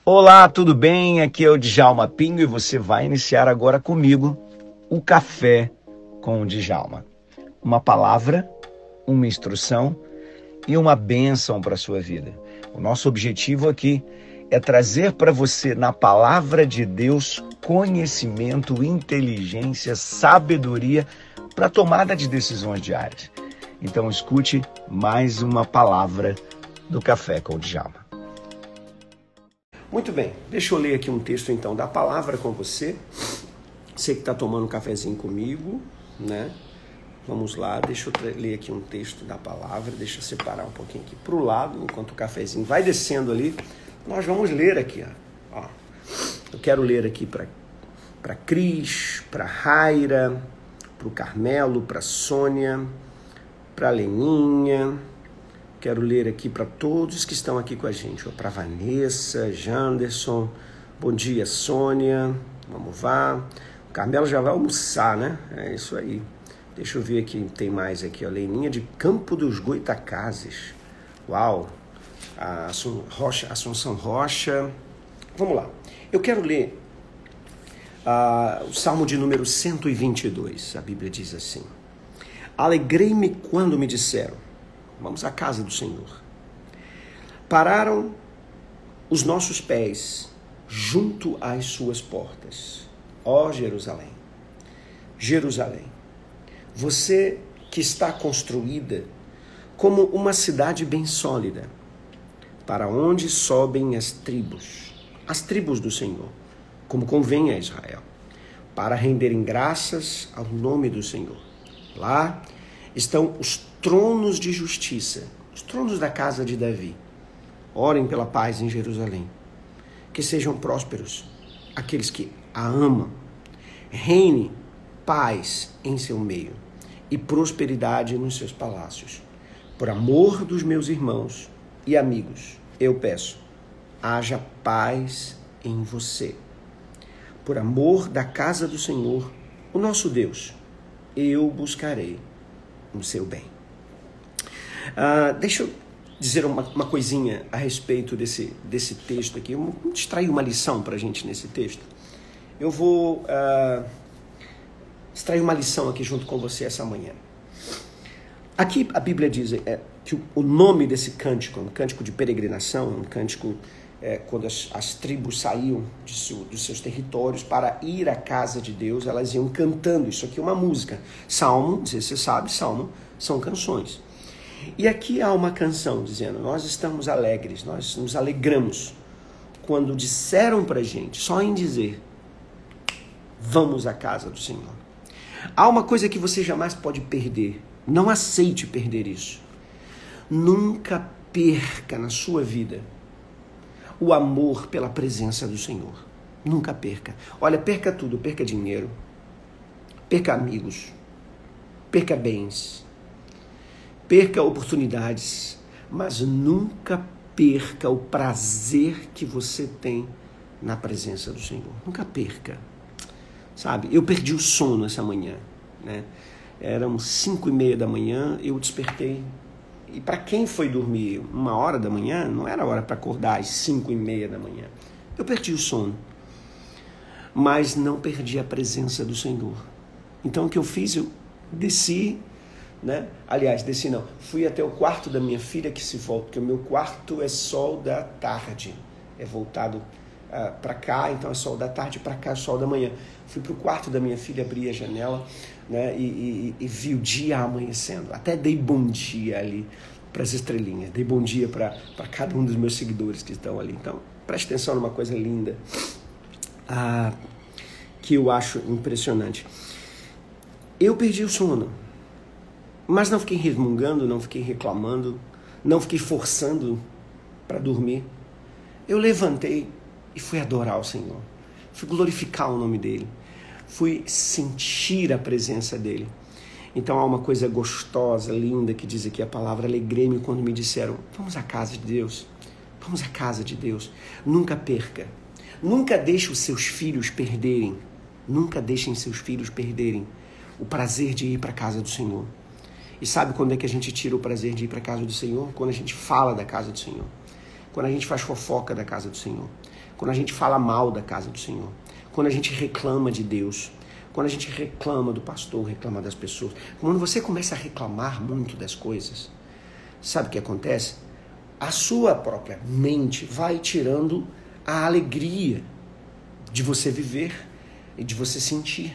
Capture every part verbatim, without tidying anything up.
Olá, tudo bem? Aqui é o Djalma Pinho e você vai iniciar agora comigo o Café com o Djalma. Uma palavra, uma instrução e uma bênção para a sua vida. O nosso objetivo aqui é trazer para você, na palavra de Deus, conhecimento, inteligência, sabedoria para a tomada de decisões diárias. Então escute mais uma palavra do Café com o Djalma. Muito bem, deixa eu ler aqui um texto então da palavra com você. Você que está tomando um cafezinho comigo, né? Vamos lá, deixa eu ler aqui um texto da palavra, deixa eu separar um pouquinho aqui para o lado, enquanto o cafezinho vai descendo ali. Nós vamos ler aqui, ó. ó eu quero ler aqui para para Cris, para Raira, para o Carmelo, para Sônia, para a Leninha. Quero ler aqui para todos que estão aqui com a gente. Para Vanessa, Janderson, bom dia, Sônia, vamos lá. O Carmelo já vai almoçar, né? É isso aí. Deixa eu ver aqui, tem mais aqui, ó. Leninha de Campo dos Goitacazes. Uau! A Assun Rocha, Assunção Rocha. Vamos lá. Eu quero ler uh, o Salmo de número cento e vinte e dois. A Bíblia diz assim: Alegrei-me quando me disseram, vamos à casa do Senhor. Pararam os nossos pés junto às suas portas. Ó Jerusalém, Jerusalém, você que está construída como uma cidade bem sólida, para onde sobem as tribos, as tribos do Senhor, como convém a Israel, para renderem graças ao nome do Senhor. Lá estão os tronos de justiça, os tronos da casa de Davi. Orem pela paz em Jerusalém. Que sejam prósperos aqueles que a amam. Reine paz em seu meio e prosperidade nos seus palácios. Por amor dos meus irmãos e amigos, eu peço, haja paz em você. Por amor da casa do Senhor, o nosso Deus, eu buscarei o seu bem. Uh, deixa eu dizer uma, uma coisinha a respeito desse, desse texto aqui. Eu vou extrair uma lição para a gente nesse texto. Eu vou uh, extrair uma lição aqui junto com você essa manhã. Aqui a Bíblia diz é, que o, o nome desse cântico, um cântico de peregrinação, um cântico é, quando as, as tribos saíam de seu, dos seus territórios para ir à casa de Deus, elas iam cantando. Isso aqui é uma música. Salmo, não sei se você sabe, Salmo são canções. E aqui há uma canção dizendo, nós estamos alegres, nós nos alegramos quando disseram pra gente, só em dizer, vamos à casa do Senhor. Há uma coisa que você jamais pode perder, não aceite perder isso. Nunca perca na sua vida o amor pela presença do Senhor. Nunca perca. Olha, perca tudo, perca dinheiro, perca amigos, perca bens, perca oportunidades, mas nunca perca o prazer que você tem na presença do Senhor. Nunca perca. Sabe, eu perdi o sono essa manhã, né? Eram cinco e meia da manhã, eu despertei. E para quem foi dormir uma hora da manhã, não era hora para acordar às cinco e meia da manhã. Eu perdi o sono, mas não perdi a presença do Senhor. Então o que eu fiz? Eu desci, né? Aliás, desci não, fui até o quarto da minha filha que se volta, porque o meu quarto é sol da tarde, é voltado uh, para cá, então é sol da tarde, para cá é sol da manhã. Fui para o quarto da minha filha, abri a janela, né? e, e, e vi o dia amanhecendo, até dei bom dia ali para as estrelinhas, dei bom dia para cada um dos meus seguidores que estão ali. Então, preste atenção numa coisa linda, uh, que eu acho impressionante. Eu perdi o sono, mas não fiquei resmungando, não fiquei reclamando, não fiquei forçando para dormir. Eu levantei e fui adorar o Senhor. Fui glorificar o nome dEle. Fui sentir a presença dEle. Então há uma coisa gostosa, linda, que diz aqui a palavra, alegrei-me quando me disseram, vamos à casa de Deus. Vamos à casa de Deus. Nunca perca. Nunca deixe os seus filhos perderem. Nunca deixem seus filhos perderem o prazer de ir para a casa do Senhor. E sabe quando é que a gente tira o prazer de ir para a casa do Senhor? Quando a gente fala da casa do Senhor. Quando a gente faz fofoca da casa do Senhor. quando a gente fala mal da casa do Senhor, quando a gente reclama de Deus, quando a gente reclama do pastor, reclama das pessoas, quando você começa a reclamar muito das coisas, sabe o que acontece? A sua própria mente vai tirando a alegria de você viver e de você sentir.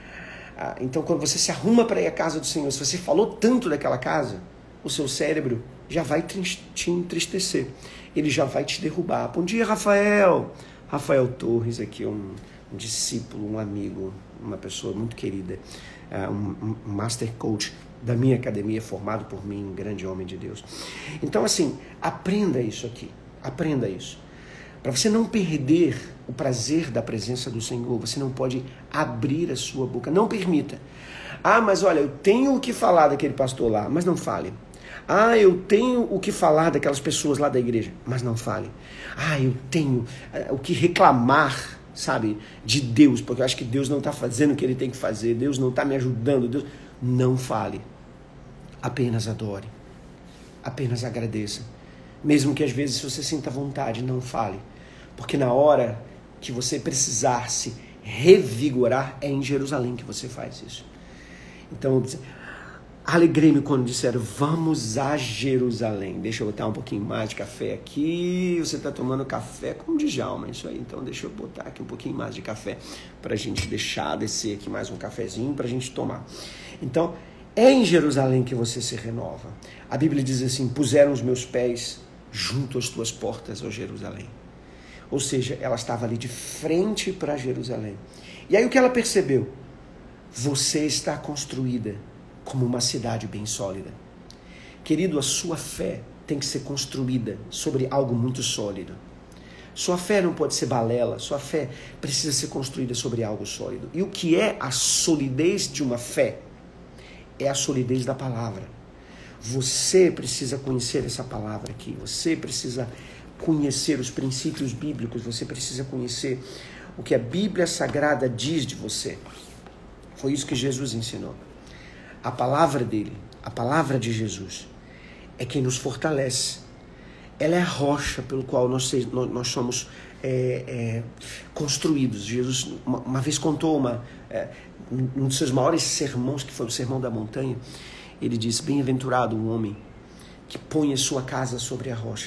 Então, quando você se arruma para ir à casa do Senhor, se você falou tanto daquela casa, o seu cérebro já vai te entristecer. Ele já vai te derrubar. Bom dia, Rafael. Rafael Torres aqui, um, um discípulo, um amigo, uma pessoa muito querida, um, um master coach da minha academia, formado por mim, um grande homem de Deus. Então, assim, aprenda isso aqui. Aprenda isso. Para você não perder o prazer da presença do Senhor, você não pode abrir a sua boca. Não permita. Ah, mas olha, eu tenho o que falar daquele pastor lá, mas não fale. Ah, eu tenho o que falar daquelas pessoas lá da igreja, mas não fale. Ah, eu tenho o que reclamar, sabe, de Deus, porque eu acho que Deus não está fazendo o que Ele tem que fazer, Deus não está me ajudando. Deus... Não fale. Apenas adore. Apenas agradeça. Mesmo que às vezes você sinta vontade, não fale. Porque na hora que você precisar se revigorar, é em Jerusalém que você faz isso. Então, alegrei-me quando disseram, vamos a Jerusalém. Deixa eu botar um pouquinho mais de café aqui. Você está tomando café com Djalma, isso aí. Então deixa eu botar aqui um pouquinho mais de café para a gente deixar descer aqui mais um cafezinho para a gente tomar. Então, é em Jerusalém que você se renova. A Bíblia diz assim, puseram os meus pés junto às tuas portas, ó Jerusalém. Ou seja, ela estava ali de frente para Jerusalém. E aí o que ela percebeu? Você está construída como uma cidade bem sólida. Querido, a sua fé tem que ser construída sobre algo muito sólido. Sua fé não pode ser balela, sua fé precisa ser construída sobre algo sólido. E o que é a solidez de uma fé? É a solidez da palavra. Você precisa conhecer essa palavra aqui, você precisa conhecer os princípios bíblicos, você precisa conhecer o que a Bíblia Sagrada diz de você. Foi isso que Jesus ensinou. A palavra dele, a palavra de Jesus, é quem nos fortalece. Ela é a rocha pelo qual nós, nós somos é, é, construídos. Jesus uma, uma vez contou uma, é, um dos seus maiores sermões, que foi o Sermão da Montanha. Ele disse, bem-aventurado o homem que põe a sua casa sobre a rocha.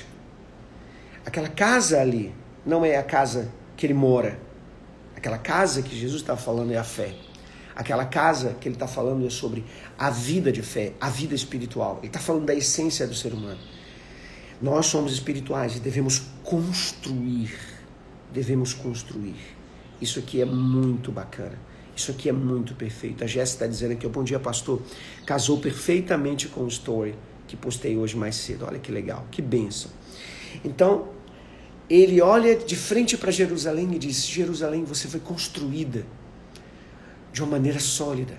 Aquela casa ali não é a casa que ele mora. Aquela casa que Jesus está falando é a fé. Aquela casa que ele está falando é sobre a vida de fé, a vida espiritual. Ele está falando da essência do ser humano. Nós somos espirituais e devemos construir. Devemos construir. Isso aqui é muito bacana. Isso aqui é muito perfeito. A Jéssica está dizendo aqui, bom dia, pastor. Casou perfeitamente com o story que postei hoje mais cedo. Olha que legal, que bênção. Então, ele olha de frente para Jerusalém e diz, Jerusalém, você foi construída de uma maneira sólida.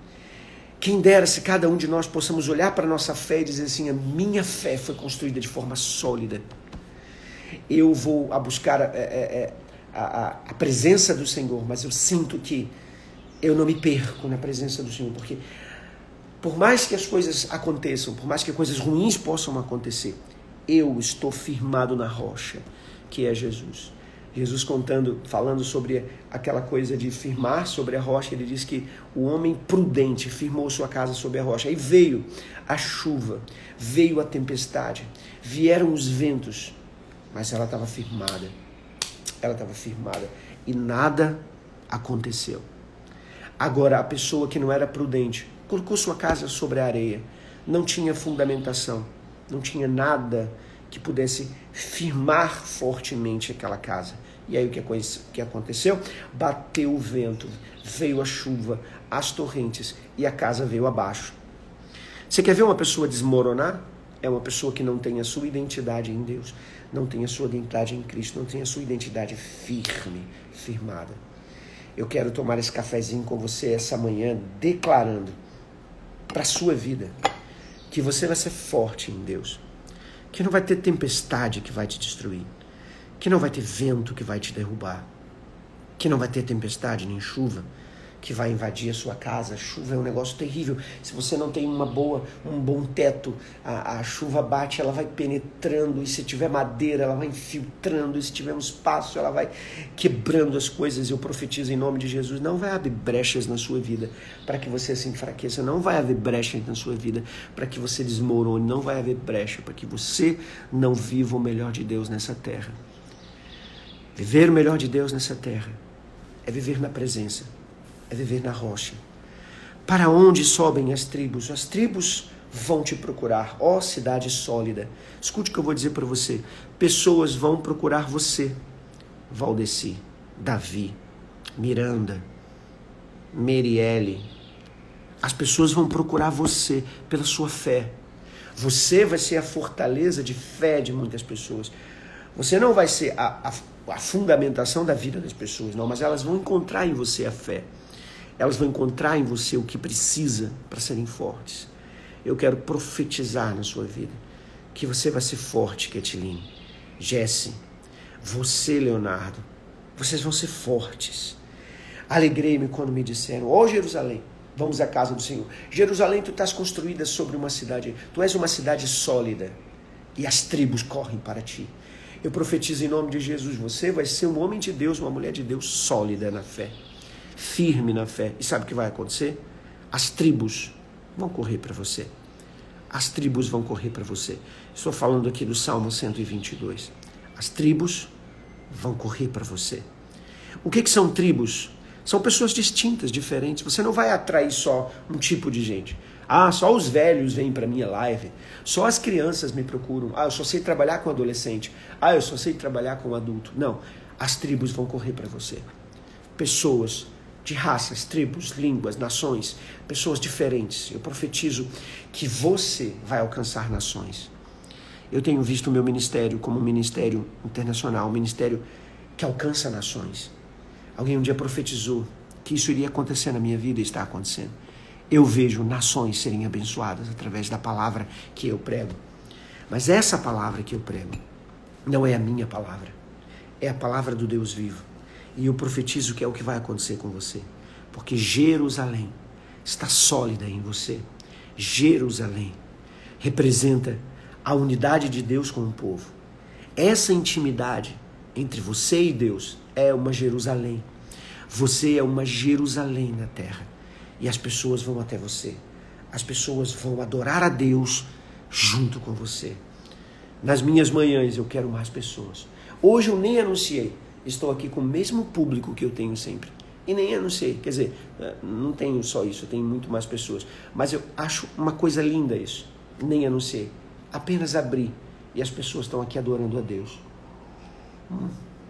Quem dera se cada um de nós possamos olhar para a nossa fé e dizer assim, a minha fé foi construída de forma sólida. Eu vou a buscar a, a, a, a presença do Senhor, mas eu sinto que eu não me perco na presença do Senhor, porque por mais que as coisas aconteçam, por mais que coisas ruins possam acontecer, eu estou firmado na rocha, que é Jesus. Jesus contando, falando sobre aquela coisa de firmar sobre a rocha, ele diz que o homem prudente firmou sua casa sobre a rocha. Aí veio a chuva, veio a tempestade, vieram os ventos, mas ela estava firmada. Ela estava firmada e nada aconteceu. Agora, a pessoa que não era prudente colocou sua casa sobre a areia, não tinha fundamentação, não tinha nada que pudesse firmar fortemente aquela casa. E aí o que aconteceu? Bateu o vento, veio a chuva, as torrentes e a casa veio abaixo. Você quer ver uma pessoa desmoronar? É uma pessoa que não tem a sua identidade em Deus, não tem a sua identidade em Cristo, não tem a sua identidade firme, firmada. Eu quero tomar esse cafezinho com você essa manhã, declarando para a sua vida que você vai ser forte em Deus, que não vai ter tempestade que vai te destruir, que não vai ter vento que vai te derrubar, que não vai ter tempestade nem chuva que vai invadir a sua casa. A chuva é um negócio terrível. Se você não tem uma boa, um bom teto, a, a chuva bate, ela vai penetrando, e se tiver madeira, ela vai infiltrando, e se tiver um espaço, ela vai quebrando as coisas. Eu profetizo em nome de Jesus, não vai haver brechas na sua vida para que você se enfraqueça, não vai haver brecha na sua vida para que você desmorone, não vai haver brecha para que você não viva o melhor de Deus nessa terra. Viver o melhor de Deus nessa terra é viver na presença, é viver na rocha. Para onde sobem as tribos? As tribos vão te procurar, ó cidade sólida. Escute o que eu vou dizer para você. Pessoas vão procurar você. Valdeci, Davi, Miranda, Merielle. As pessoas vão procurar você pela sua fé. Você vai ser a fortaleza de fé de muitas pessoas. Você não vai ser a, a, a fundamentação da vida das pessoas, não, mas elas vão encontrar em você a fé. Elas vão encontrar em você o que precisa para serem fortes. Eu quero profetizar na sua vida que você vai ser forte, Ketilin, Jesse, você, Leonardo, vocês vão ser fortes. Alegrei-me quando me disseram, ó Jerusalém, vamos à casa do Senhor. Jerusalém, tu estás construída sobre uma cidade, tu és uma cidade sólida e as tribos correm para ti. Eu profetizo em nome de Jesus, você vai ser um homem de Deus, uma mulher de Deus sólida na fé, firme na fé. E sabe o que vai acontecer? As tribos vão correr para você. As tribos vão correr para você. Estou falando aqui do Salmo cento e vinte e dois. As tribos vão correr para você. O que, que são tribos? São pessoas distintas, diferentes. Você não vai atrair só um tipo de gente. Ah, só os velhos vêm para minha live. Só as crianças me procuram. Ah, eu só sei trabalhar com adolescente. Ah, eu só sei trabalhar com adulto. Não, as tribos vão correr para você. Pessoas de raças, tribos, línguas, nações, pessoas diferentes. Eu profetizo que você vai alcançar nações. Eu tenho visto o meu ministério como um ministério internacional, um ministério que alcança nações. Alguém um dia profetizou que isso iria acontecer na minha vida e está acontecendo. Eu vejo nações serem abençoadas através da palavra que eu prego. Mas essa palavra que eu prego não é a minha palavra. É a palavra do Deus vivo. E eu profetizo que é o que vai acontecer com você. Porque Jerusalém está sólida em você. Jerusalém representa a unidade de Deus com o povo. Essa intimidade entre você e Deus é uma Jerusalém. Você é uma Jerusalém na terra. E as pessoas vão até você. As pessoas vão adorar a Deus junto com você. Nas minhas manhãs eu quero mais pessoas. Hoje eu nem anunciei. Estou aqui com o mesmo público que eu tenho sempre. E nem anunciei. Quer dizer, não tenho só isso, eu tenho muito mais pessoas. Mas eu acho uma coisa linda isso. Nem anunciei. Apenas abri. E as pessoas estão aqui adorando a Deus. Hum.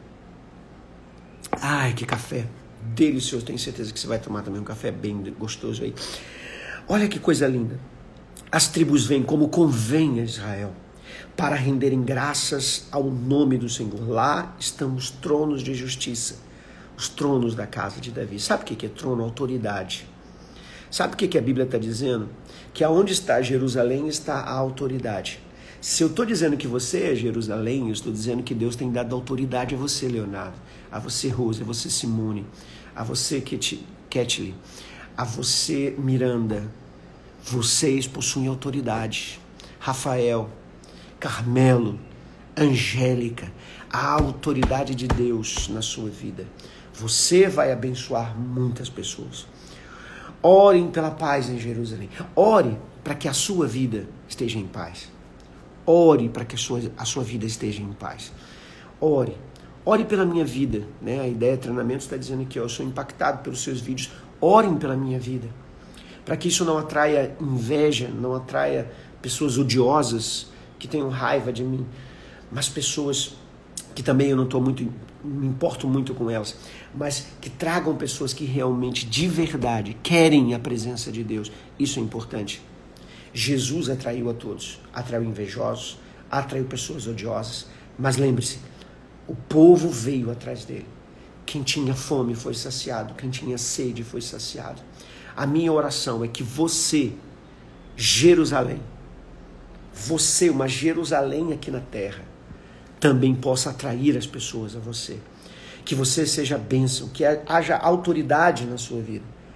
Ai, que café delicioso. Tenho certeza que você vai tomar também um café bem gostoso aí. Olha que coisa linda. As tribos vêm como convém a Israel, para renderem graças ao nome do Senhor. Lá estão os tronos de justiça, os tronos da casa de Davi. Sabe o que é trono? Autoridade. Sabe o que a Bíblia está dizendo? Que aonde está Jerusalém está a autoridade. Se eu estou dizendo que você é Jerusalém, eu estou dizendo que Deus tem dado autoridade a você, Leonardo, a você, Rose, a você, Simone, a você, Ketley, a você, Miranda. Vocês possuem autoridade. Rafael, Carmelo, Angélica, a autoridade de Deus na sua vida. Você vai abençoar muitas pessoas. Orem pela paz em Jerusalém. Ore para que a sua vida esteja em paz. Ore para que a sua, a sua vida esteja em paz. Ore. Ore pela minha vida. Né? A ideia de treinamento está dizendo aqui, ó, eu sou impactado pelos seus vídeos. Orem pela minha vida. Para que isso não atraia inveja, não atraia pessoas odiosas que tenham raiva de mim, mas pessoas que também eu não estou muito, me importo muito com elas, mas que tragam pessoas que realmente, de verdade, querem a presença de Deus. Isso é importante. Jesus atraiu a todos, atraiu invejosos, atraiu pessoas odiosas, mas lembre-se, o povo veio atrás dele. Quem tinha fome foi saciado, quem tinha sede foi saciado. A minha oração é que você, Jerusalém, você, uma Jerusalém aqui na terra, também possa atrair as pessoas a você. Que você seja bênção, que haja autoridade na sua vida.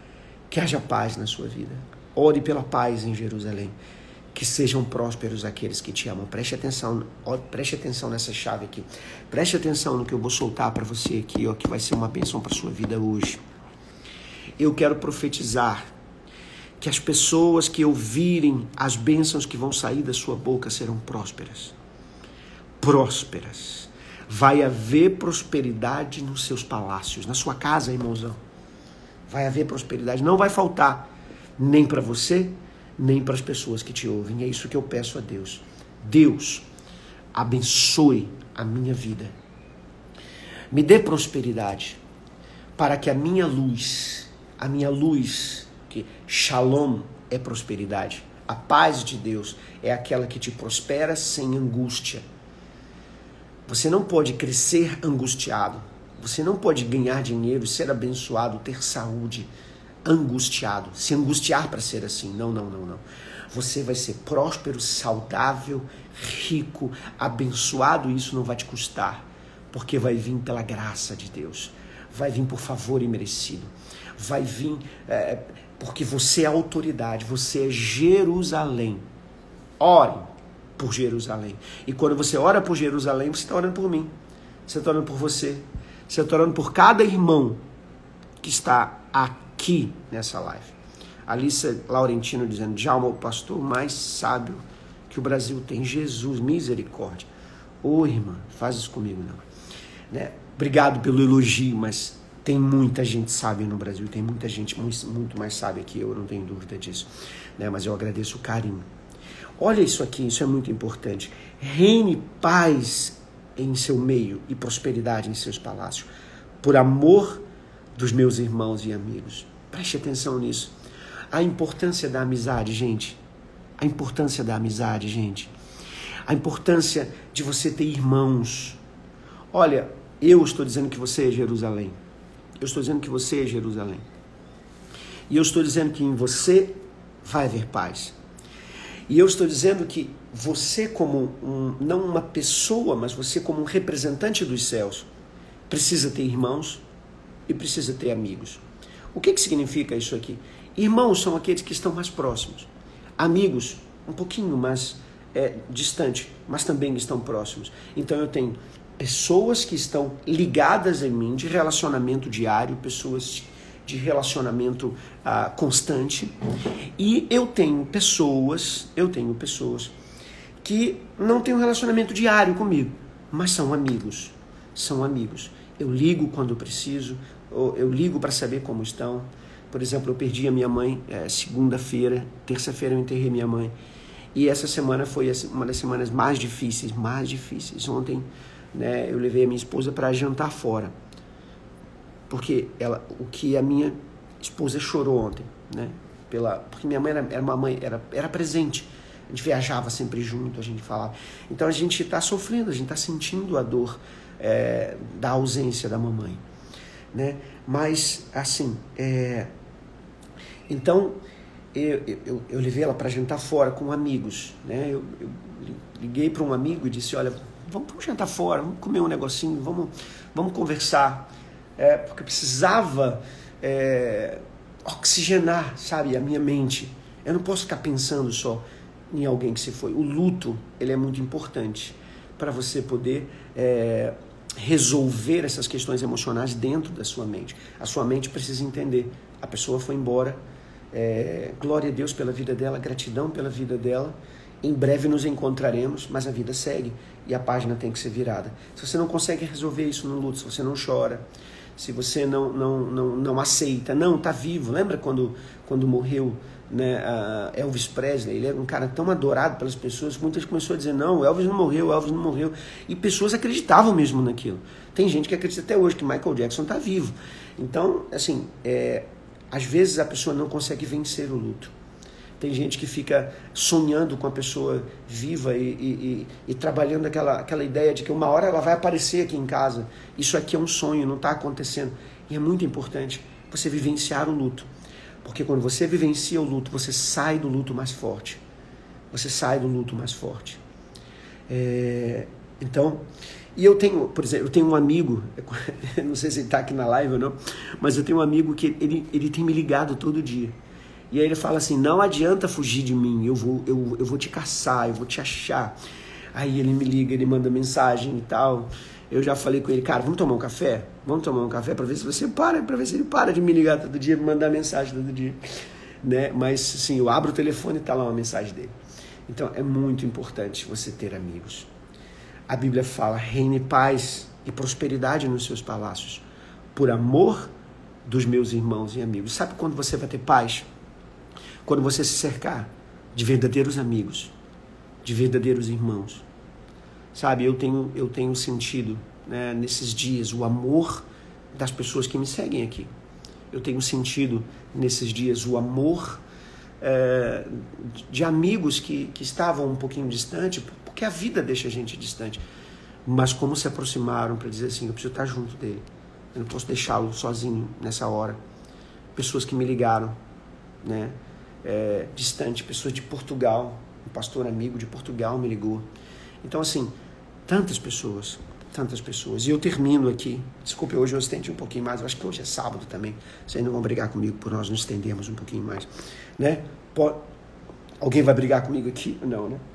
Que haja paz na sua vida. Ore pela paz em Jerusalém. Que sejam prósperos aqueles que te amam. Preste atenção, ó, preste atenção nessa chave aqui. Preste atenção no que eu vou soltar para você aqui, ó, que vai ser uma bênção para sua vida hoje. Eu quero profetizar que as pessoas que ouvirem as bênçãos que vão sair da sua boca serão prósperas. Prósperas. Vai haver prosperidade nos seus palácios, na sua casa, irmãozão. Vai haver prosperidade. Não vai faltar nem para você, nem para as pessoas que te ouvem. É isso que eu peço a Deus. Deus, abençoe a minha vida. Me dê prosperidade para que a minha luz, a minha luz, que Shalom é prosperidade. A paz de Deus é aquela que te prospera sem angústia. Você não pode crescer angustiado. Você não pode ganhar dinheiro, ser abençoado, ter saúde angustiado, se angustiar para ser assim. Não, não, não, não. Você vai ser próspero, saudável, rico, abençoado, e isso não vai te custar, porque vai vir pela graça de Deus, vai vir por favor imerecido, vai vir é, porque você é autoridade, você é Jerusalém. Ore por Jerusalém. E quando você ora por Jerusalém, você está orando por mim, você está orando por você, você está orando por cada irmão que está aqui nessa live. Alice Laurentino dizendo: Djalma, o pastor mais sábio que o Brasil tem, Jesus, misericórdia. Ô irmã, faz isso comigo não. Né? Obrigado pelo elogio, mas tem muita gente sábia no Brasil, tem muita gente muito, muito mais sábia que eu, eu não tenho dúvida disso. Né? Mas eu agradeço o carinho. Olha isso aqui, isso é muito importante. Reine paz em seu meio e prosperidade em seus palácios, por amor dos meus irmãos e amigos. Preste atenção nisso. A importância da amizade, gente. A importância da amizade, gente. A importância de você ter irmãos. Olha, eu estou dizendo que você é Jerusalém. Eu estou dizendo que você é Jerusalém. E eu estou dizendo que em você vai haver paz. E eu estou dizendo que você como um, não uma pessoa, mas você como um representante dos céus, precisa ter irmãos e precisa ter amigos. O que que significa isso aqui? Irmãos são aqueles que estão mais próximos. Amigos, um pouquinho mais é, distante, mas também estão próximos. Então eu tenho pessoas que estão ligadas em mim, de relacionamento diário, pessoas de relacionamento uh, constante, e eu tenho pessoas, eu tenho pessoas que não têm um relacionamento diário comigo, mas são amigos, são amigos. Eu ligo quando preciso, eu ligo para saber como estão. Por exemplo, eu perdi a minha mãe é, segunda-feira, terça-feira eu enterrei minha mãe, e essa semana foi uma das semanas mais difíceis, mais difíceis. Ontem, né, eu levei a minha esposa para jantar fora, porque ela, o que a minha esposa chorou ontem, né? Pela, porque minha mãe era, era uma mãe, era, era presente, a gente viajava sempre junto, a gente falava. Então a gente está sofrendo, a gente está sentindo a dor é, da ausência da mamãe, né? Mas assim, é, então eu, eu, eu levei ela para jantar fora com amigos, né? Eu, eu liguei para um amigo e disse: olha, vamos, vamos jantar fora, vamos comer um negocinho, vamos, vamos conversar. É, porque eu precisava é, oxigenar, sabe, a minha mente. Eu não posso ficar pensando só em alguém que se foi. O luto, ele é muito importante para você poder é, resolver essas questões emocionais dentro da sua mente. A sua mente precisa entender: a pessoa foi embora, é, glória a Deus pela vida dela, gratidão pela vida dela, em breve nos encontraremos, mas a vida segue e a página tem que ser virada. Se você não consegue resolver isso no luto, se você não chora, se você não, não, não, não aceita, não, está vivo. Lembra quando, quando morreu, né, Elvis Presley? Ele era um cara tão adorado pelas pessoas que muitas começaram a dizer: não, Elvis não morreu, Elvis não morreu. E pessoas acreditavam mesmo naquilo. Tem gente que acredita até hoje que Michael Jackson está vivo. Então, assim, é, às vezes a pessoa não consegue vencer o luto. Tem gente que fica sonhando com a pessoa viva e, e, e, e trabalhando aquela, aquela ideia de que uma hora ela vai aparecer aqui em casa. Isso aqui é um sonho, não está acontecendo. E é muito importante você vivenciar o luto. Porque quando você vivencia o luto, você sai do luto mais forte. Você sai do luto mais forte. É, então, E eu tenho, por exemplo, eu tenho um amigo, não sei se ele está aqui na live ou não, mas eu tenho um amigo que ele, ele tem me ligado todo dia. E aí ele fala assim, não adianta fugir de mim, eu vou, eu, eu vou te caçar, eu vou te achar. Aí ele me liga, ele manda mensagem e tal. Eu já falei com ele, cara, vamos tomar um café? Vamos tomar um café para ver se você para, para ver se ele para de me ligar todo dia, me mandar mensagem todo dia. Né? Mas, assim, eu abro o telefone e tá lá uma mensagem dele. Então, é muito importante você ter amigos. A Bíblia fala, reine paz e prosperidade nos seus palácios, por amor dos meus irmãos e amigos. Sabe quando você vai ter paz? Quando você se cercar de verdadeiros amigos, de verdadeiros irmãos. Sabe, eu tenho, eu tenho sentido, né, nesses dias o amor das pessoas que me seguem aqui. Eu tenho sentido nesses dias o amor é, de amigos que, que estavam um pouquinho distante, porque a vida deixa a gente distante, mas como se aproximaram para dizer assim, eu preciso estar junto dele, eu não posso deixá-lo sozinho nessa hora. Pessoas que me ligaram, né, é, distante, pessoas de Portugal, um pastor amigo de Portugal me ligou. Então, assim, tantas pessoas, tantas pessoas. E eu termino aqui. Desculpe, hoje eu estendi um pouquinho mais. Eu acho que hoje é sábado também. Vocês não vão brigar comigo por nós nos estendermos um pouquinho mais. Né? Pode... Alguém vai brigar comigo aqui? Não, né?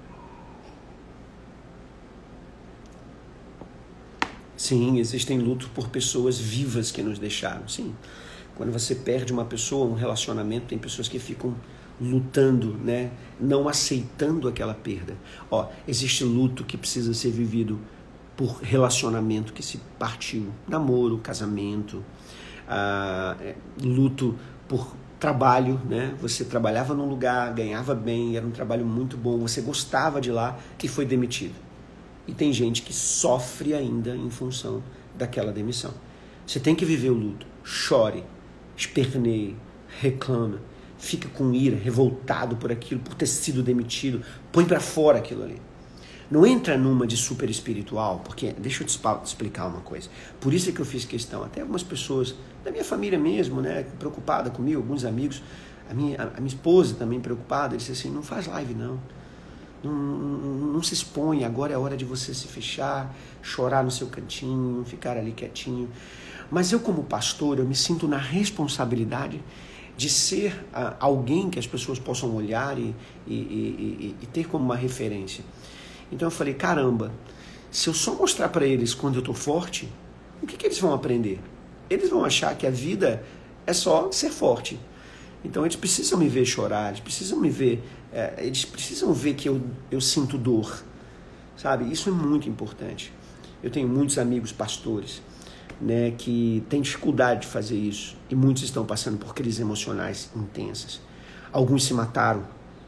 Sim, existem lutos por pessoas vivas que nos deixaram. Sim. Quando você perde uma pessoa, um relacionamento, tem pessoas que ficam lutando, né? Não aceitando aquela perda. Ó, existe luto que precisa ser vivido por relacionamento que se partiu, namoro, casamento, ah, luto por trabalho, né? Você trabalhava num lugar, ganhava bem, era um trabalho muito bom, você gostava de lá e foi demitido. E tem gente que sofre ainda em função daquela demissão. Você tem que viver o luto. Chore, esperneie, reclame, fica com ira, revoltado por aquilo, por ter sido demitido, põe para fora aquilo ali. Não entra numa de super espiritual, porque, deixa eu te explicar uma coisa, por isso é que eu fiz questão, até algumas pessoas da minha família mesmo, né, preocupada comigo, alguns amigos, a minha, a minha esposa também preocupada, disse assim, não faz live não, não, não, não se expõe, agora é a hora de você se fechar, chorar no seu cantinho, ficar ali quietinho. Mas eu, como pastor, eu me sinto na responsabilidade de ser uh, alguém que as pessoas possam olhar e, e, e, e ter como uma referência. Então eu falei, caramba, se eu só mostrar para eles quando eu estou forte, o que, que eles vão aprender? Eles vão achar que a vida é só ser forte. Então eles precisam me ver chorar, eles precisam me ver, é, eles precisam ver que eu, eu sinto dor, sabe? Isso é muito importante. Eu tenho muitos amigos pastores, né, que têm dificuldade de fazer isso, e muitos estão passando por crises emocionais intensas. Alguns se mataram,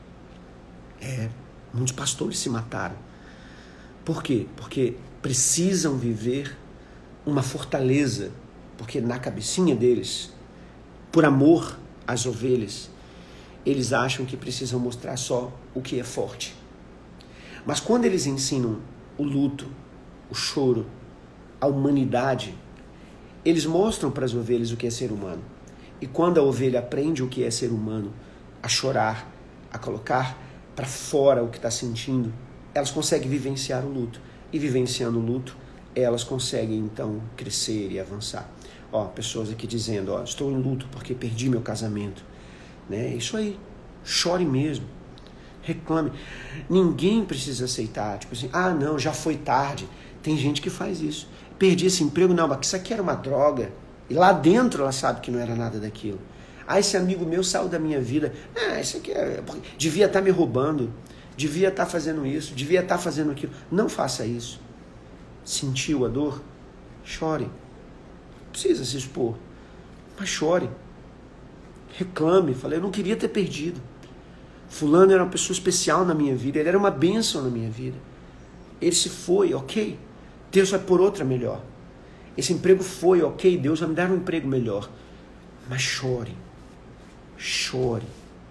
é, muitos pastores se mataram. Por quê? Porque precisam viver uma fortaleza, porque na cabecinha deles, por amor às ovelhas, eles acham que precisam mostrar só o que é forte. Mas quando eles ensinam o luto, o choro, a humanidade, eles mostram para as ovelhas o que é ser humano. E quando a ovelha aprende o que é ser humano, a chorar, a colocar para fora o que está sentindo, elas conseguem vivenciar o luto. E vivenciando o luto, elas conseguem então crescer e avançar. Ó, pessoas aqui dizendo, ó, estou em luto porque perdi meu casamento. Né? Isso aí, chore mesmo, reclame. Ninguém precisa aceitar, tipo assim, ah não, já foi tarde. Tem gente que faz isso. Perdi esse emprego, não, mas isso aqui era uma droga. E lá dentro ela sabe que não era nada daquilo. Ah, esse amigo meu saiu da minha vida. Ah, isso aqui é... devia estar me roubando, devia estar fazendo isso, devia estar fazendo aquilo. Não faça isso. Sentiu a dor? Chore. Não precisa se expor, mas chore. Reclame. Falei, eu não queria ter perdido. Fulano era uma pessoa especial na minha vida, ele era uma bênção na minha vida. Ele se foi, ok. Deus vai por outra melhor. Esse emprego foi, ok, Deus vai me dar um emprego melhor. Mas chore. Chore.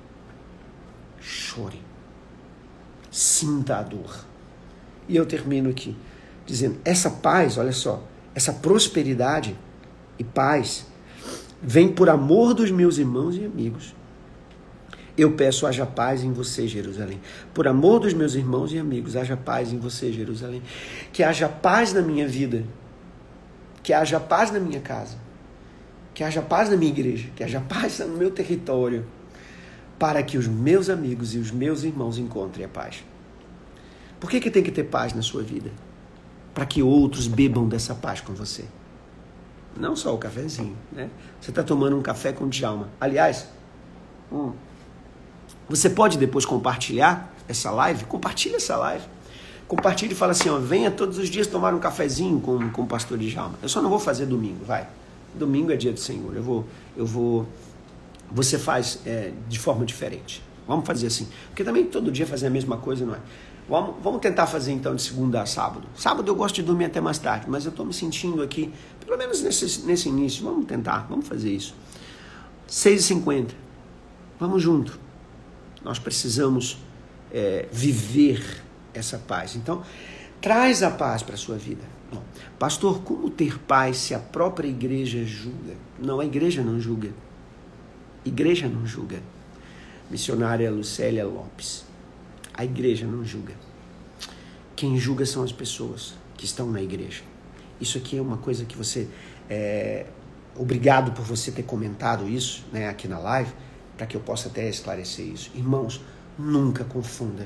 Chore. Sinta a dor. E eu termino aqui dizendo, essa paz, olha só, essa prosperidade e paz vem por amor dos meus irmãos e amigos. Eu peço, haja paz em você, Jerusalém. Por amor dos meus irmãos e amigos, haja paz em você, Jerusalém. Que haja paz na minha vida. Que haja paz na minha casa. Que haja paz na minha igreja. Que haja paz no meu território. Para que os meus amigos e os meus irmãos encontrem a paz. Por que que tem que ter paz na sua vida? Para que outros bebam dessa paz com você. Não só o cafezinho, né? Você está tomando um café com Djalma. Aliás, hum, você pode depois compartilhar essa live? Compartilha essa live. Compartilha e fala assim, ó, venha todos os dias tomar um cafezinho com, com o pastor Djalma. Eu só não vou fazer domingo, vai. Domingo é dia do Senhor. Eu vou, eu vou, você faz é, de forma diferente. Vamos fazer assim. Porque também todo dia fazer a mesma coisa, não é? Vamos, vamos tentar fazer então de segunda a sábado. Sábado eu gosto de dormir até mais tarde, mas eu estou me sentindo aqui, pelo menos nesse, nesse início, vamos tentar, vamos fazer isso. seis e cinquenta, vamos junto. Nós precisamos é, viver essa paz. Então, traz a paz para a sua vida. Bom, pastor, como ter paz se a própria igreja julga? Não, a igreja não julga. Igreja não julga. Missionária Lucélia Lopes. A igreja não julga. Quem julga são as pessoas que estão na igreja. Isso aqui é uma coisa que você... É, obrigado por você ter comentado isso, né, aqui na live, para que eu possa até esclarecer isso. Irmãos, nunca confunda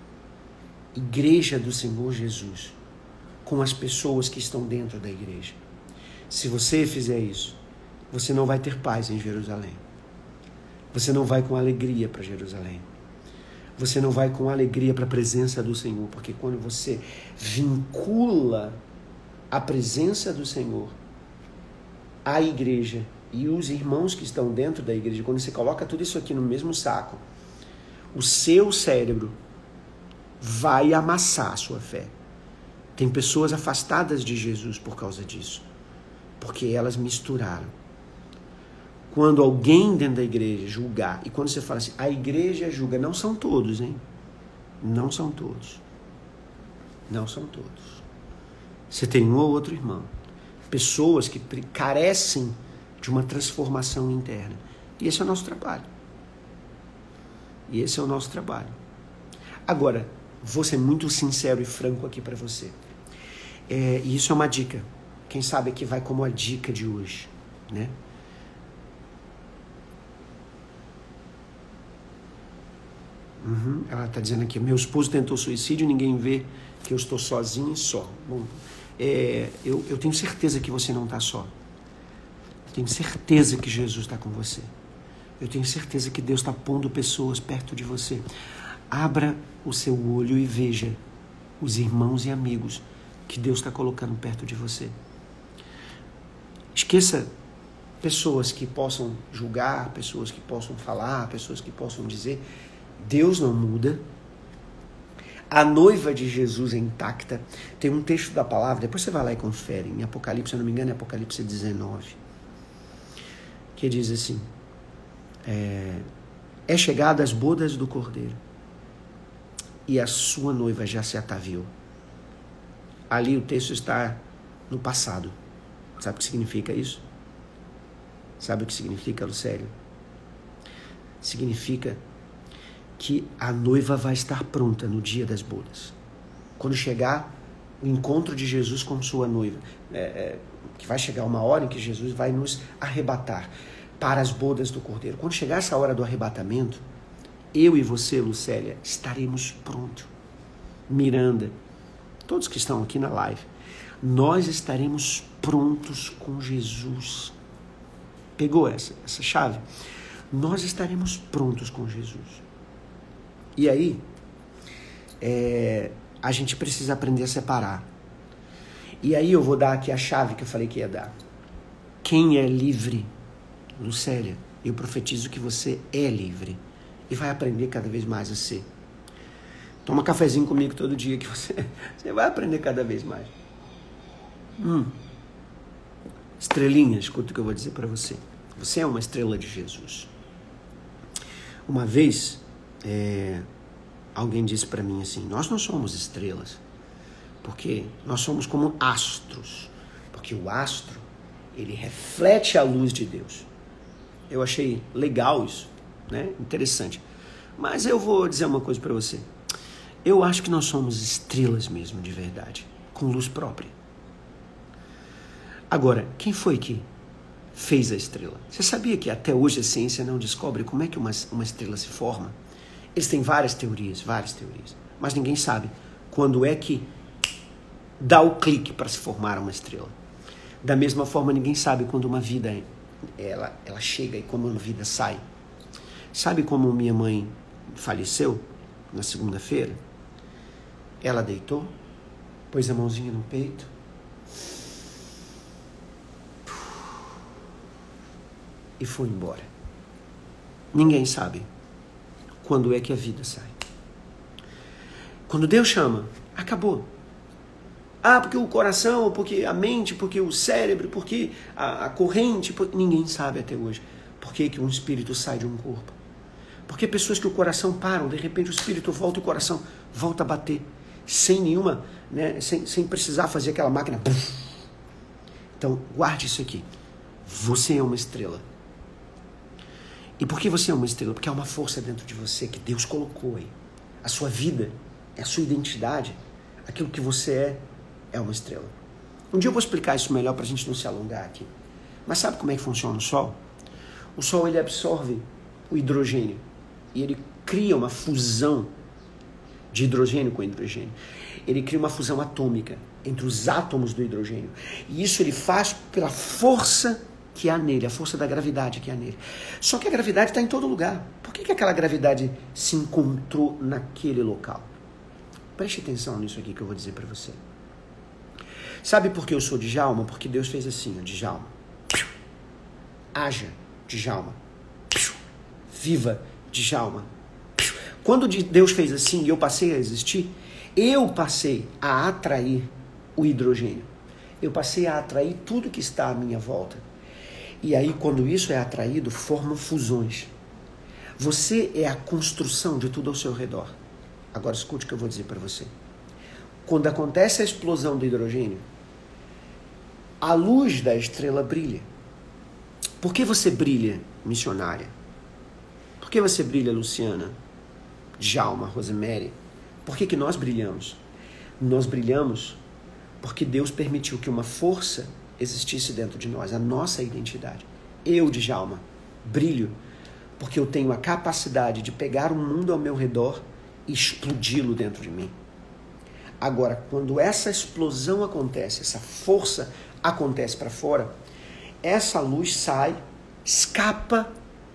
igreja do Senhor Jesus com as pessoas que estão dentro da igreja. Se você fizer isso, você não vai ter paz em Jerusalém. Você não vai com alegria para Jerusalém. Você não vai com alegria para a presença do Senhor, porque quando você vincula a presença do Senhor à igreja e os irmãos que estão dentro da igreja, quando você coloca tudo isso aqui no mesmo saco, o seu cérebro vai amassar a sua fé. Tem pessoas afastadas de Jesus por causa disso, porque elas misturaram. Quando alguém dentro da igreja julgar, e quando você fala assim, a igreja julga, não são todos, hein? Não são todos. Não são todos. Você tem um ou outro irmão. Pessoas que carecem de uma transformação interna. E esse é o nosso trabalho. E esse é o nosso trabalho. Agora, vou ser muito sincero e franco aqui para você. É, e isso é uma dica. Quem sabe aqui vai como a dica de hoje, né? Uhum, ela está dizendo aqui, meu esposo tentou suicídio, ninguém vê que eu estou sozinho e só. Bom, é, eu, eu tenho certeza que você não está só. Eu tenho certeza que Jesus está com você. Eu tenho certeza que Deus está pondo pessoas perto de você. Abra o seu olho e veja os irmãos e amigos que Deus está colocando perto de você. Esqueça pessoas que possam julgar, pessoas que possam falar, pessoas que possam dizer... Deus não muda. A noiva de Jesus é intacta. Tem um texto da palavra, depois você vai lá e confere, em Apocalipse, se eu não me engano, é Apocalipse dezenove, que diz assim, é, é chegada as bodas do Cordeiro e a sua noiva já se ataviou. Ali o texto está no passado. Sabe o que significa isso? Sabe o que significa, Lucélia? Significa que a noiva vai estar pronta no dia das bodas. Quando chegar o encontro de Jesus com sua noiva, é, é, que vai chegar uma hora em que Jesus vai nos arrebatar para as bodas do Cordeiro. Quando chegar essa hora do arrebatamento, eu e você, Lucélia, estaremos prontos. Miranda, todos que estão aqui na live, nós estaremos prontos com Jesus. Pegou essa, essa chave? Nós estaremos prontos com Jesus. E aí, é, a gente precisa aprender a separar. E aí eu vou dar aqui a chave que eu falei que ia dar. Quem é livre, Lucélia, eu profetizo que você é livre. E vai aprender cada vez mais a ser. Toma cafezinho comigo todo dia que você, você vai aprender cada vez mais. Hum. Estrelinha, escuta o que eu vou dizer para você. Você é uma estrela de Jesus. Uma vez... É, alguém disse para mim assim, nós não somos estrelas, porque nós somos como astros, porque o astro, ele reflete a luz de Deus. Eu achei legal isso, né? Interessante. Mas eu vou dizer uma coisa para você. Eu acho que nós somos estrelas mesmo, de verdade, com luz própria. Agora, quem foi que fez a estrela? Você sabia que até hoje a ciência não descobre como é que uma, uma estrela se forma? Eles têm várias teorias, várias teorias, mas ninguém sabe quando é que dá o clique para se formar uma estrela. Da mesma forma, ninguém sabe quando uma vida ela, ela chega e como uma vida sai. Sabe como minha mãe faleceu na segunda-feira? Ela deitou, pôs a mãozinha no peito, e foi embora. Ninguém sabe quando é que a vida sai. Quando Deus chama, acabou. Ah, porque o coração, porque a mente, porque o cérebro, porque a, a corrente, porque... ninguém sabe até hoje. Por que que um espírito sai de um corpo? Porque pessoas que o coração param, de repente o espírito volta e o coração volta a bater, sem nenhuma, né, sem, sem precisar fazer aquela máquina. Então, guarde isso aqui. Você é uma estrela. E por que você é uma estrela? Porque há uma força dentro de você que Deus colocou aí. A sua vida, a sua identidade, aquilo que você é, é uma estrela. Um dia eu vou explicar isso melhor para a gente não se alongar aqui. Mas sabe como é que funciona o Sol? O Sol, ele absorve o hidrogênio e ele cria uma fusão de hidrogênio com hidrogênio. Ele cria uma fusão atômica entre os átomos do hidrogênio. E isso ele faz pela força que há nele, a força da gravidade que há nele. Só que a gravidade está em todo lugar. Por que que aquela gravidade se encontrou naquele local? Preste atenção nisso aqui que eu vou dizer para você. Sabe por que eu sou Djalma? Porque Deus fez assim, ó, Djalma. Haja, Djalma. Viva, Djalma. Quando Deus fez assim e eu passei a existir, eu passei a atrair o hidrogênio. Eu passei a atrair tudo que está à minha volta. E aí, quando isso é atraído, formam fusões. Você é a construção de tudo ao seu redor. Agora escute o que eu vou dizer para você. Quando acontece a explosão do hidrogênio, a luz da estrela brilha. Por que você brilha, missionária? Por que você brilha, Luciana, Djalma, Rosemary? Por que que nós brilhamos? Nós brilhamos porque Deus permitiu que uma força existisse dentro de nós, a nossa identidade. Eu, Djalma, brilho porque eu tenho a capacidade de pegar o mundo ao meu redor e explodi-lo dentro de mim. Agora, quando essa explosão acontece, essa força acontece para fora, essa luz sai, escapa,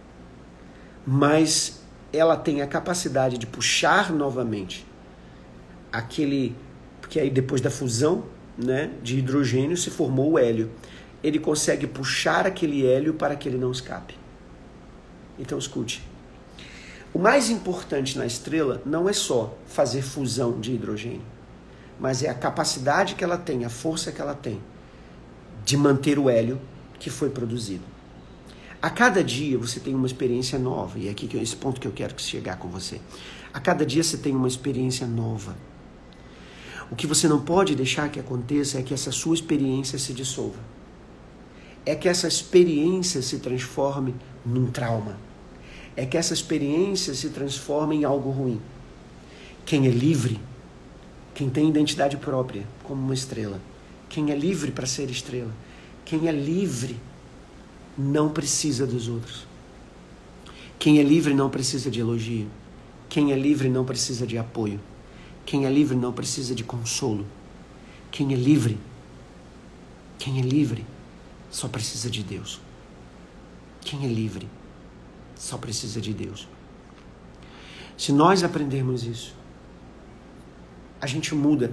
mas ela tem a capacidade de puxar novamente aquele, porque aí depois da fusão, né, de hidrogênio se formou o hélio. Ele consegue puxar aquele hélio para que ele não escape. Então escute. O mais importante na estrela não é só fazer fusão de hidrogênio, mas é a capacidade que ela tem, a força que ela tem de manter o hélio que foi produzido. A cada dia você tem uma experiência nova, e é aqui que é esse ponto que eu quero chegar com você. A cada dia você tem uma experiência nova. O que você não pode deixar que aconteça é que essa sua experiência se dissolva. É que essa experiência se transforme num trauma. É que essa experiência se transforme em algo ruim. Quem é livre, quem tem identidade própria, como uma estrela, quem é livre para ser estrela, quem é livre não precisa dos outros. Quem é livre não precisa de elogio. Quem é livre não precisa de apoio. Quem é livre não precisa de consolo. Quem é livre, quem é livre só precisa de Deus. Quem é livre só precisa de Deus. Se nós aprendermos isso, a gente muda.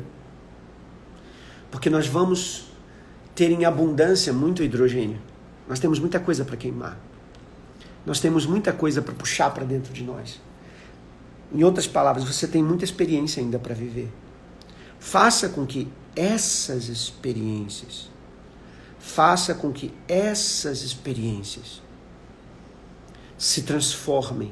Porque nós vamos ter em abundância muito hidrogênio. Nós temos muita coisa para queimar. Nós temos muita coisa para puxar para dentro de nós. Em outras palavras, você tem muita experiência ainda para viver. Faça com que essas experiências, faça com que essas experiências se transformem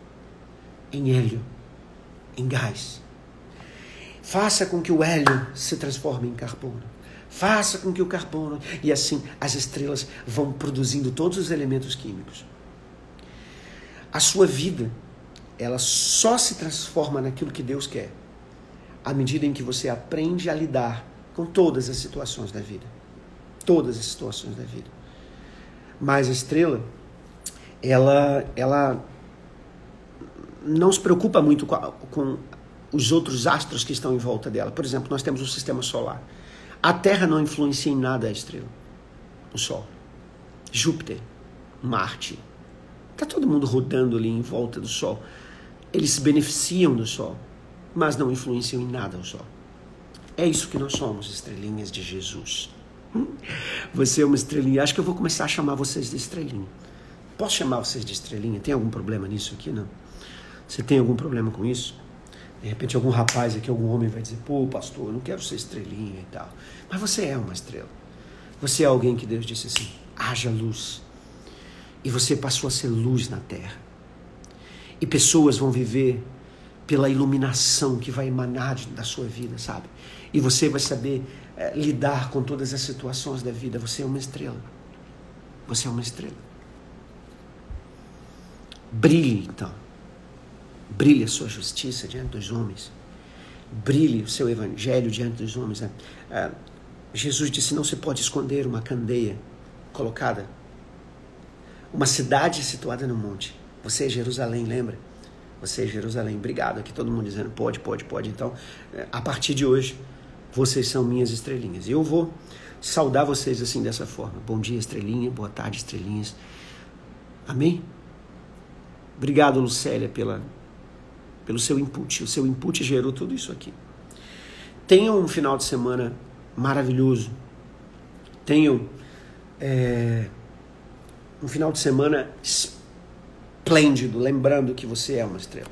em hélio, em gás. Faça com que o hélio se transforme em carbono. Faça com que o carbono... E assim as estrelas vão produzindo todos os elementos químicos. A sua vida ela só se transforma naquilo que Deus quer à medida em que você aprende a lidar com todas as situações da vida. Todas as situações da vida. Mas a estrela, ela, ela não se preocupa muito com, a, com os outros astros que estão em volta dela. Por exemplo, nós temos o sistema solar. A Terra não influencia em nada a estrela, o Sol. Júpiter, Marte. Está todo mundo rodando ali em volta do Sol. Eles se beneficiam do Sol, mas não influenciam em nada o Sol. É isso que nós somos, estrelinhas de Jesus. Você é uma estrelinha. Acho que eu vou começar a chamar vocês de estrelinha. Posso chamar vocês de estrelinha? Tem algum problema nisso aqui? Não? Você tem algum problema com isso? De repente algum rapaz aqui, algum homem vai dizer, pô, pastor, eu não quero ser estrelinha e tal. Mas você é uma estrela. Você é alguém que Deus disse assim, haja luz. E você passou a ser luz na terra. E pessoas vão viver pela iluminação que vai emanar da sua vida, sabe? E você vai saber é, lidar com todas as situações da vida. Você é uma estrela. Você é uma estrela. Brilhe, então. Brilhe a sua justiça diante dos homens. Brilhe o seu evangelho diante dos homens. É, Jesus disse, não se pode esconder uma candeia colocada. Uma cidade situada no monte. Você é Jerusalém, lembra? Você é Jerusalém. Obrigado. Aqui todo mundo dizendo, pode, pode, pode. Então, a partir de hoje, vocês são minhas estrelinhas. E eu vou saudar vocês assim, dessa forma. Bom dia, estrelinha. Boa tarde, estrelinhas. Amém? Obrigado, Lucélia, pela, pelo seu input. O seu input gerou tudo isso aqui. Tenham um final de semana maravilhoso. Tenham é, um final de semana esplêndido, lembrando que você é uma estrela.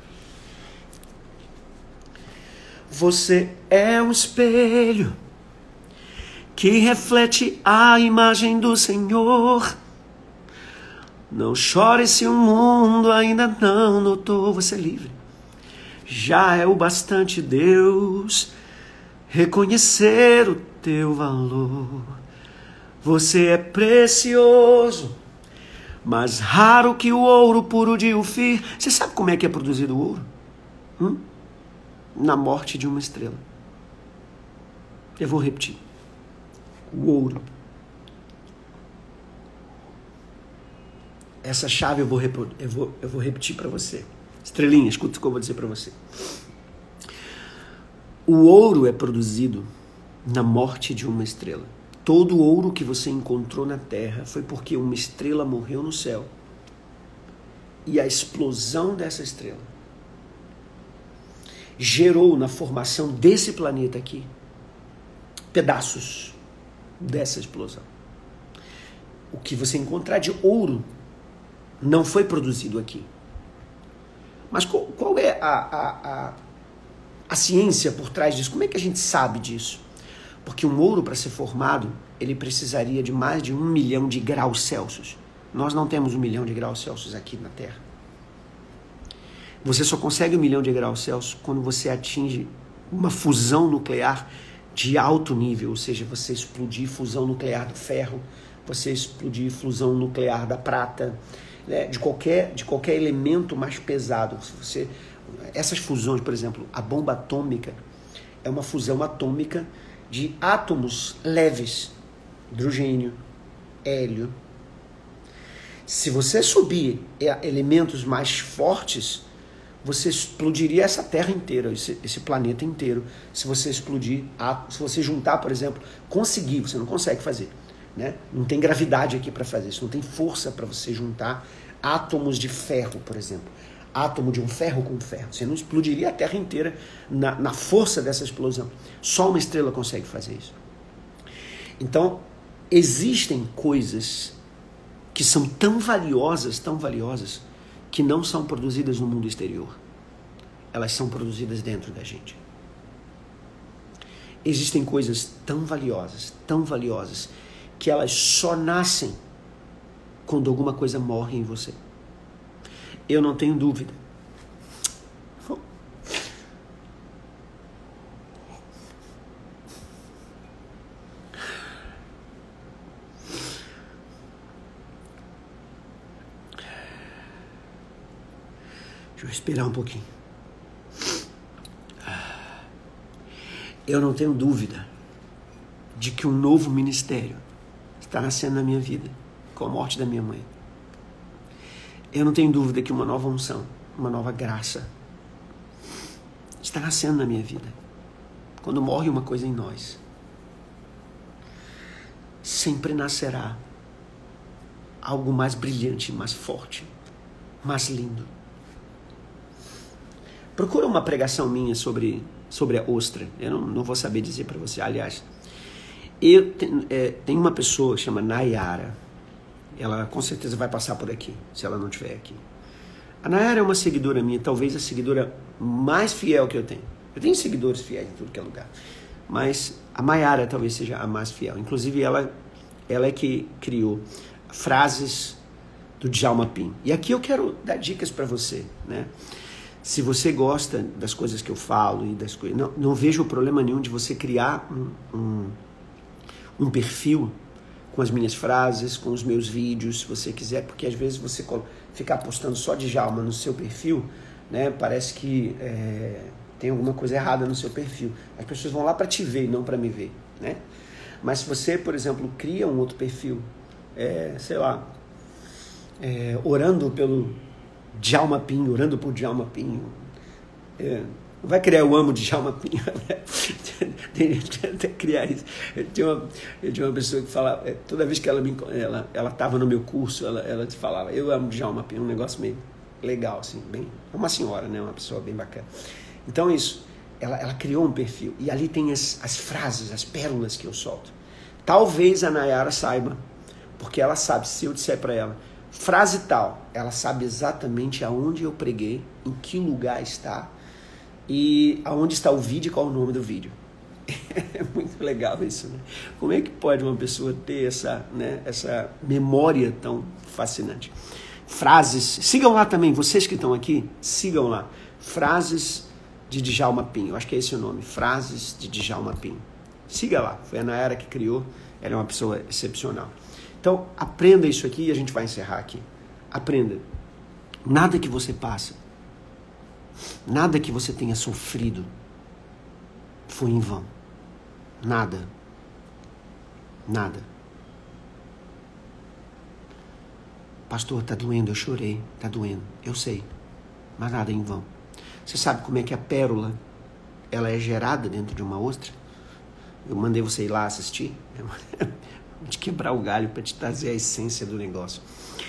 Você é um espelho que reflete a imagem do Senhor. Não chore se o mundo ainda não notou. Você é livre. Já é o bastante Deus reconhecer o teu valor. Você é precioso, mais raro que o ouro puro de Ofir. Você sabe como é que é produzido o ouro? Hum? Na morte de uma estrela. Eu vou repetir. O ouro. Essa chave eu vou, eu vou, eu vou repetir para você. Estrelinha, escuta o que eu vou dizer para você. O ouro é produzido na morte de uma estrela. Todo o ouro que você encontrou na terra foi porque uma estrela morreu no céu. E a explosão dessa estrela gerou na formação desse planeta aqui pedaços dessa explosão. O que você encontrar de ouro não foi produzido aqui. Mas qual, qual é a, a, a, a ciência por trás disso? Como é que a gente sabe disso? Porque um ouro, para ser formado, ele precisaria de mais de um milhão de graus Celsius. Nós não temos um milhão de graus Celsius aqui na Terra. Você só consegue um milhão de graus Celsius quando você atinge uma fusão nuclear de alto nível, ou seja, você explodir fusão nuclear do ferro, você explodir fusão nuclear da prata, né, de qualquer, de qualquer elemento mais pesado. Se você, essas fusões, por exemplo, a bomba atômica é uma fusão atômica de átomos leves, hidrogênio, hélio. Se você subir elementos mais fortes, você explodiria essa Terra inteira, esse, esse planeta inteiro. Se você explodir, se você juntar, por exemplo, conseguir, você não consegue fazer, né? Não tem gravidade aqui para fazer isso, não tem força para você juntar átomos de ferro, por exemplo. Átomo de um ferro com ferro. Você não explodiria a Terra inteira na, na força dessa explosão. Só uma estrela consegue fazer isso. Então, existem coisas que são tão valiosas, tão valiosas, que não são produzidas no mundo exterior. Elas são produzidas dentro da gente. Existem coisas tão valiosas, tão valiosas, que elas só nascem quando alguma coisa morre em você. Eu não tenho dúvida. Deixa eu respirar um pouquinho. Eu não tenho dúvida de que um novo ministério está nascendo na minha vida com a morte da minha mãe. Eu não tenho dúvida que uma nova unção, uma nova graça está nascendo na minha vida. Quando morre uma coisa em nós, sempre nascerá algo mais brilhante, mais forte, mais lindo. Procura uma pregação minha sobre, sobre a ostra. Eu não, não vou saber dizer para você. Aliás, eu tem, é, tem uma pessoa que chama Nayara. Ela com certeza vai passar por aqui, se ela não estiver aqui. A Nayara é uma seguidora minha, talvez a seguidora mais fiel que eu tenho. Eu tenho seguidores fiéis em tudo que é lugar. Mas a Nayara talvez seja a mais fiel. Inclusive, ela, ela é que criou frases do Djalma Pin. E aqui eu quero dar dicas para você, né? Se você gosta das coisas que eu falo e das coisas, não, não vejo problema nenhum de você criar um, um, um perfil com as minhas frases, com os meus vídeos, se você quiser, porque às vezes você ficar postando só Djalma no seu perfil, né? Parece que é, tem alguma coisa errada no seu perfil. As pessoas vão lá para te ver e não para me ver, né? Mas se você, por exemplo, cria um outro perfil, é, sei lá, é, orando pelo Djalma Pinho, orando por Djalma Pinho. É, não vai criar eu amo Djalma Pinho. Até criar isso. Eu tinha, uma, eu tinha uma pessoa que falava, toda vez que ela me ela ela estava no meu curso, ela, ela te falava, eu amo Djalma Pinho, um negócio meio legal, assim, bem, é uma senhora, né, uma pessoa bem bacana. Então isso, ela, ela criou um perfil, e ali tem as, as frases, as pérolas que eu solto. Talvez a Nayara saiba, porque ela sabe, se eu disser para ela, frase tal, ela sabe exatamente aonde eu preguei, em que lugar está e aonde está o vídeo e qual é o nome do vídeo. É muito legal isso, né? Como é que pode uma pessoa ter essa, né, essa memória tão fascinante? Frases, sigam lá também, vocês que estão aqui, sigam lá. Frases de Djalma Pin, eu acho que é esse o nome, Frases de Djalma Pin. Siga lá, foi a Nayara que criou, ela é uma pessoa excepcional. Então, aprenda isso aqui e a gente vai encerrar aqui. Aprenda. Nada que você passa, nada que você tenha sofrido foi em vão. Nada. Nada. Pastor, tá doendo, eu chorei, tá doendo. Eu sei, mas nada é em vão. Você sabe como é que a pérola, ela é gerada dentro de uma ostra? Eu mandei você ir lá assistir. De quebrar o galho para te trazer a essência do negócio.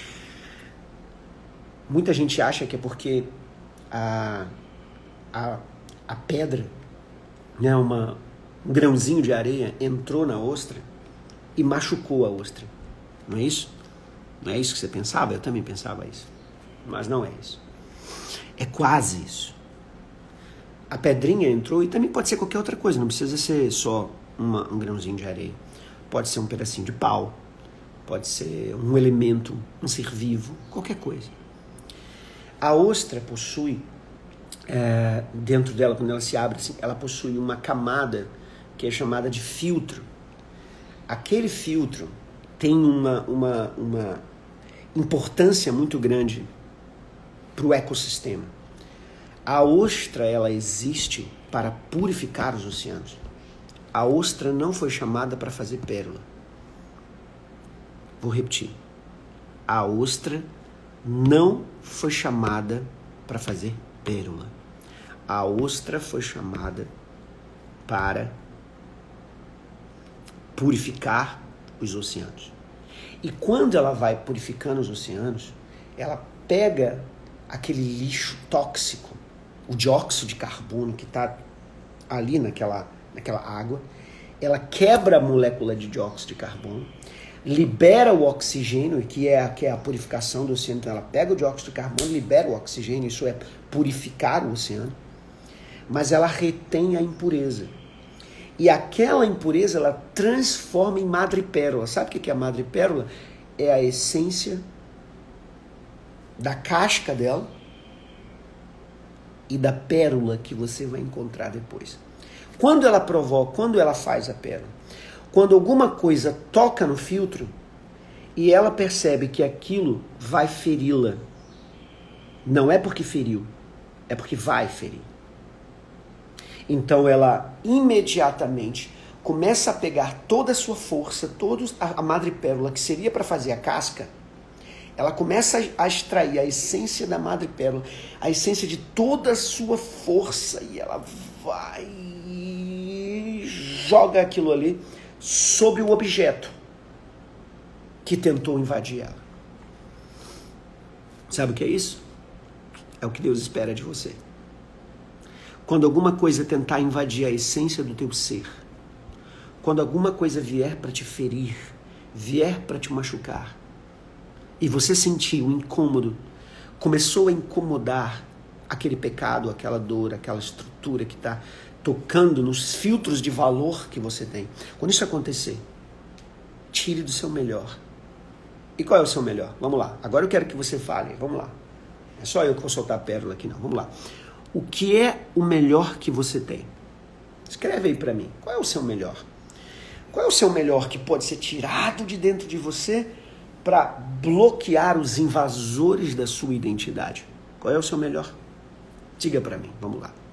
Muita gente acha que é porque a, a, a pedra, né, uma, um grãozinho de areia entrou na ostra e machucou a ostra. Não é isso? Não é isso que você pensava? Eu também pensava isso. Mas não é isso. É quase isso. A pedrinha entrou e também pode ser qualquer outra coisa. Não precisa ser só uma, um grãozinho de areia. Pode ser um pedacinho de pau, pode ser um elemento, um ser vivo, qualquer coisa. A ostra possui, é, dentro dela, quando ela se abre, assim, ela possui uma camada que é chamada de filtro. Aquele filtro tem uma, uma, uma importância muito grande para o ecossistema. A ostra, ela existe para purificar os oceanos. A ostra não foi chamada para fazer pérola. Vou repetir. A ostra não foi chamada para fazer pérola. A ostra foi chamada para purificar os oceanos. E quando ela vai purificando os oceanos, ela pega aquele lixo tóxico, o dióxido de carbono que está ali naquela... naquela água, ela quebra a molécula de dióxido de carbono, libera o oxigênio, que é, a, que é a purificação do oceano. Então ela pega o dióxido de carbono, libera o oxigênio, isso é purificar o oceano, mas ela retém a impureza. E aquela impureza ela transforma em madrepérola. Sabe o que é a madrepérola? É a essência da casca dela e da pérola que você vai encontrar depois. Quando ela provoca, quando ela faz a pérola, quando alguma coisa toca no filtro e ela percebe que aquilo vai feri-la, não é porque feriu, é porque vai ferir. Então ela imediatamente começa a pegar toda a sua força, toda a madrepérola que seria para fazer a casca, ela começa a extrair a essência da madrepérola, a essência de toda a sua força, e ela vai e joga aquilo ali sobre o objeto que tentou invadir ela. Sabe o que é isso? É o que Deus espera de você. Quando alguma coisa tentar invadir a essência do teu ser, quando alguma coisa vier para te ferir, vier para te machucar, e você sentir um incômodo, começou a incomodar aquele pecado, aquela dor, aquela estrutura que está tocando nos filtros de valor que você tem. Quando isso acontecer, tire do seu melhor. E qual é o seu melhor? Vamos lá. Agora eu quero que você fale. Vamos lá. É só eu que vou soltar a pérola aqui, não. Vamos lá. O que é o melhor que você tem? Escreve aí para mim. Qual é o seu melhor? Qual é o seu melhor que pode ser tirado de dentro de você para bloquear os invasores da sua identidade? Qual é o seu melhor? Diga para mim. Vamos lá.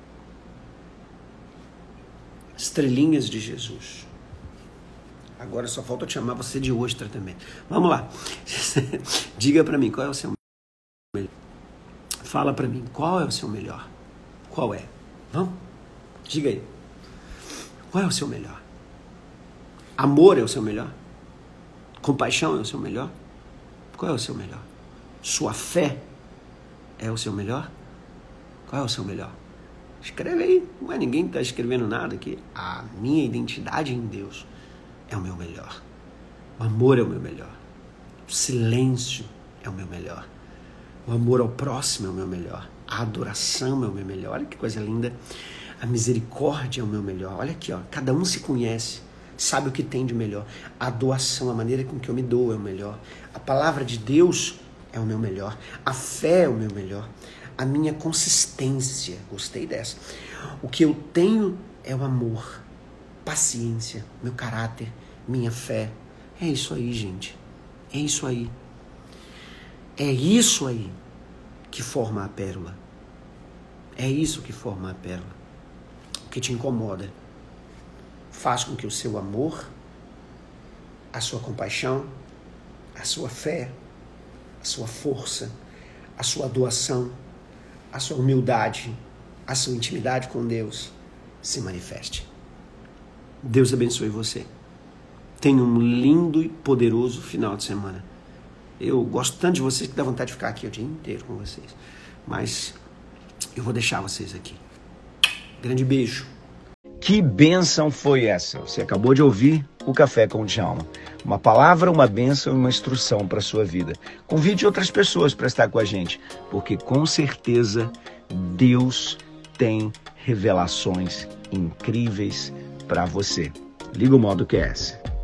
Estrelinhas de Jesus. Agora só falta eu te chamar você de ostra também. Vamos lá. Diga para mim, qual é o seu melhor? Fala para mim, qual é o seu melhor? Qual é? Vamos? Diga aí. Qual é o seu melhor? Amor é o seu melhor? Compaixão é o seu melhor? Qual é o seu melhor? Sua fé é o seu melhor? Qual é o seu melhor? Escreve aí. Não é ninguém que está escrevendo nada aqui. A minha identidade em Deus é o meu melhor. O amor é o meu melhor. O silêncio é o meu melhor. O amor ao próximo é o meu melhor. A adoração é o meu melhor. Olha que coisa linda. A misericórdia é o meu melhor. Olha aqui, ó. Cada um se conhece, sabe o que tem de melhor. A doação, a maneira com que eu me dou é o melhor. A palavra de Deus é o meu melhor. A fé é o meu melhor. A minha consistência, gostei dessa. O que eu tenho é o amor, paciência, meu caráter, minha fé. É isso aí, gente. É isso aí. É isso aí que forma a pérola. É isso que forma a pérola. O que te incomoda faz com que o seu amor, a sua compaixão, a sua fé, a sua força, a sua doação, a sua humildade, a sua intimidade com Deus se manifeste. Deus abençoe você. Tenha um lindo e poderoso final de semana. Eu gosto tanto de vocês que dá vontade de ficar aqui o dia inteiro com vocês. Mas eu vou deixar vocês aqui. Grande beijo. Que bênção foi essa? Você acabou de ouvir o Café com o Djalma. Uma palavra, uma bênção e uma instrução para a sua vida. Convide outras pessoas para estar com a gente, porque com certeza Deus tem revelações incríveis para você. Liga o modo Q S.